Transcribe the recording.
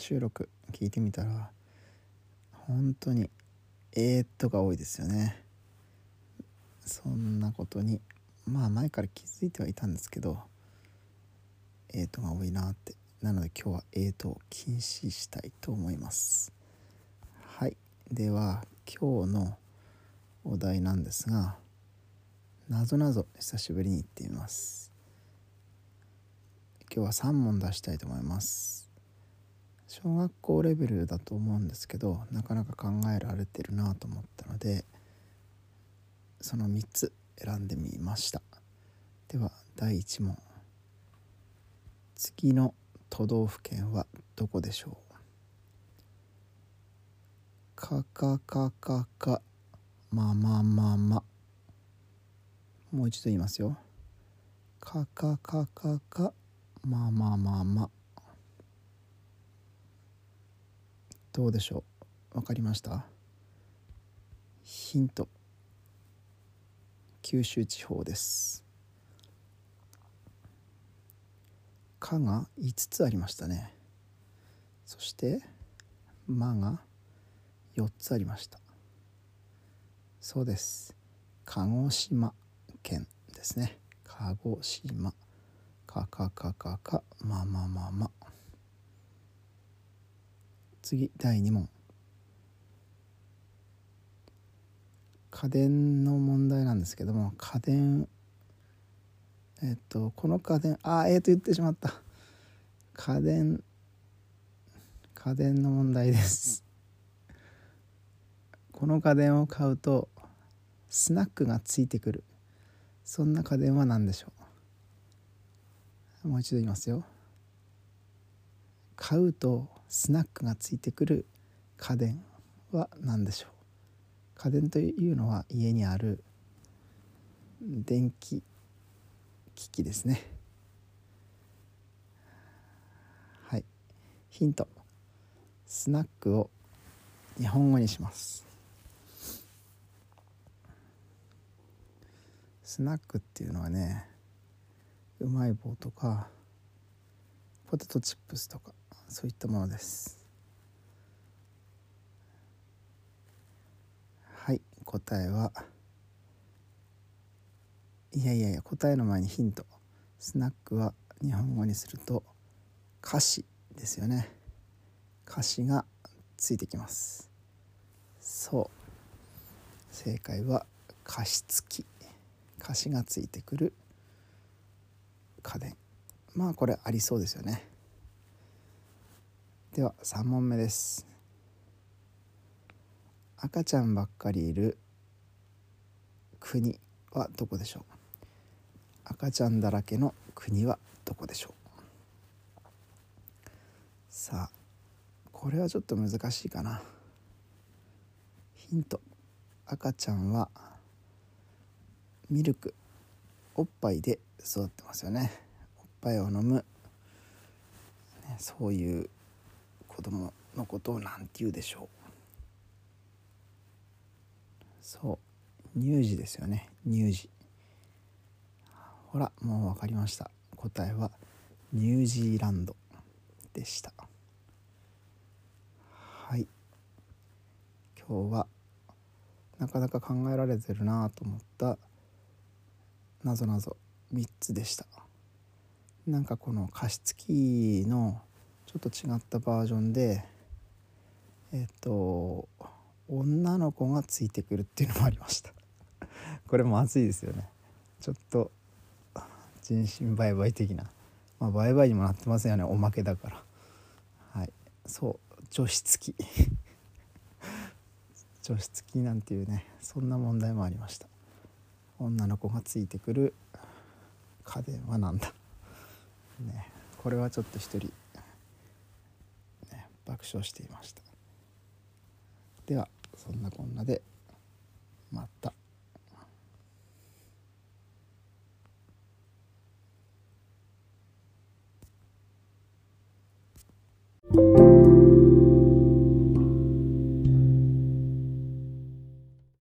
収録聞いてみたら本当にが多いですよね。そんなことに前から気づいてはいたんですけどが多いなって。なので今日はを禁止したいと思います。はい、では今日のお題なんですが、なぞなぞ久しぶりに言ってみます。今日は3問出したいと思います。小学校レベルだと思うんですけど、なかなか考えられてるなと思ったのでその3つ選んでみました。では第1問、次の都道府県はどこでしょう？かかかかかまままま。もう一度言いますよ。かかかかかまままま。どうでしょう？わかりました？ヒント、九州地方です。かが5つありましたね。そしてまが4つありました。そうです、鹿児島県ですね。鹿児島、かかかかかまままま。次第2問、家電の問題なんですけども、家電この家電言ってしまった。家電の問題です。この家電を買うとスナックがついてくる、そんな家電は何でしょう？もう一度言いますよ。買うとスナックがついてくる家電は何でしょう？家電というのは家にある電気機器ですね。はい、ヒント、スナックを日本語にします。スナックっていうのはね、うまい棒とかポテトチップスとかそういったものです。はい、答え答えの前にヒント。スナックは日本語にすると菓子ですよね。菓子がついてきます。そう、正解は加湿器、菓子がついてくる家電。これありそうですよね。では3問目です。赤ちゃんばっかりいる国はどこでしょう？赤ちゃんだらけの国はどこでしょう？さあ、これはちょっと難しいかな。ヒント、赤ちゃんはミルク、おっぱいで育ってますよね。おっぱいを飲む、そういう子供のことをなんて言うでしょう？そう、乳児ですよね。乳児。ほら、もう分かりました。答えはニュージーランドでした。はい、今日はなかなか考えられてるなと思ったなぞなぞ3つでした。なんかこの加湿器のちょっと違ったバージョンで女の子がついてくるっていうのもありました。これも熱いですよね。ちょっと人身売買的な、売買にもなってませんよね。おまけだから。はい、そう、除湿器除湿器なんていうね、そんな問題もありました。女の子がついてくる家電はなんだ、ね、これはちょっと一人、爆笑していました。ではそんなこんなでまた。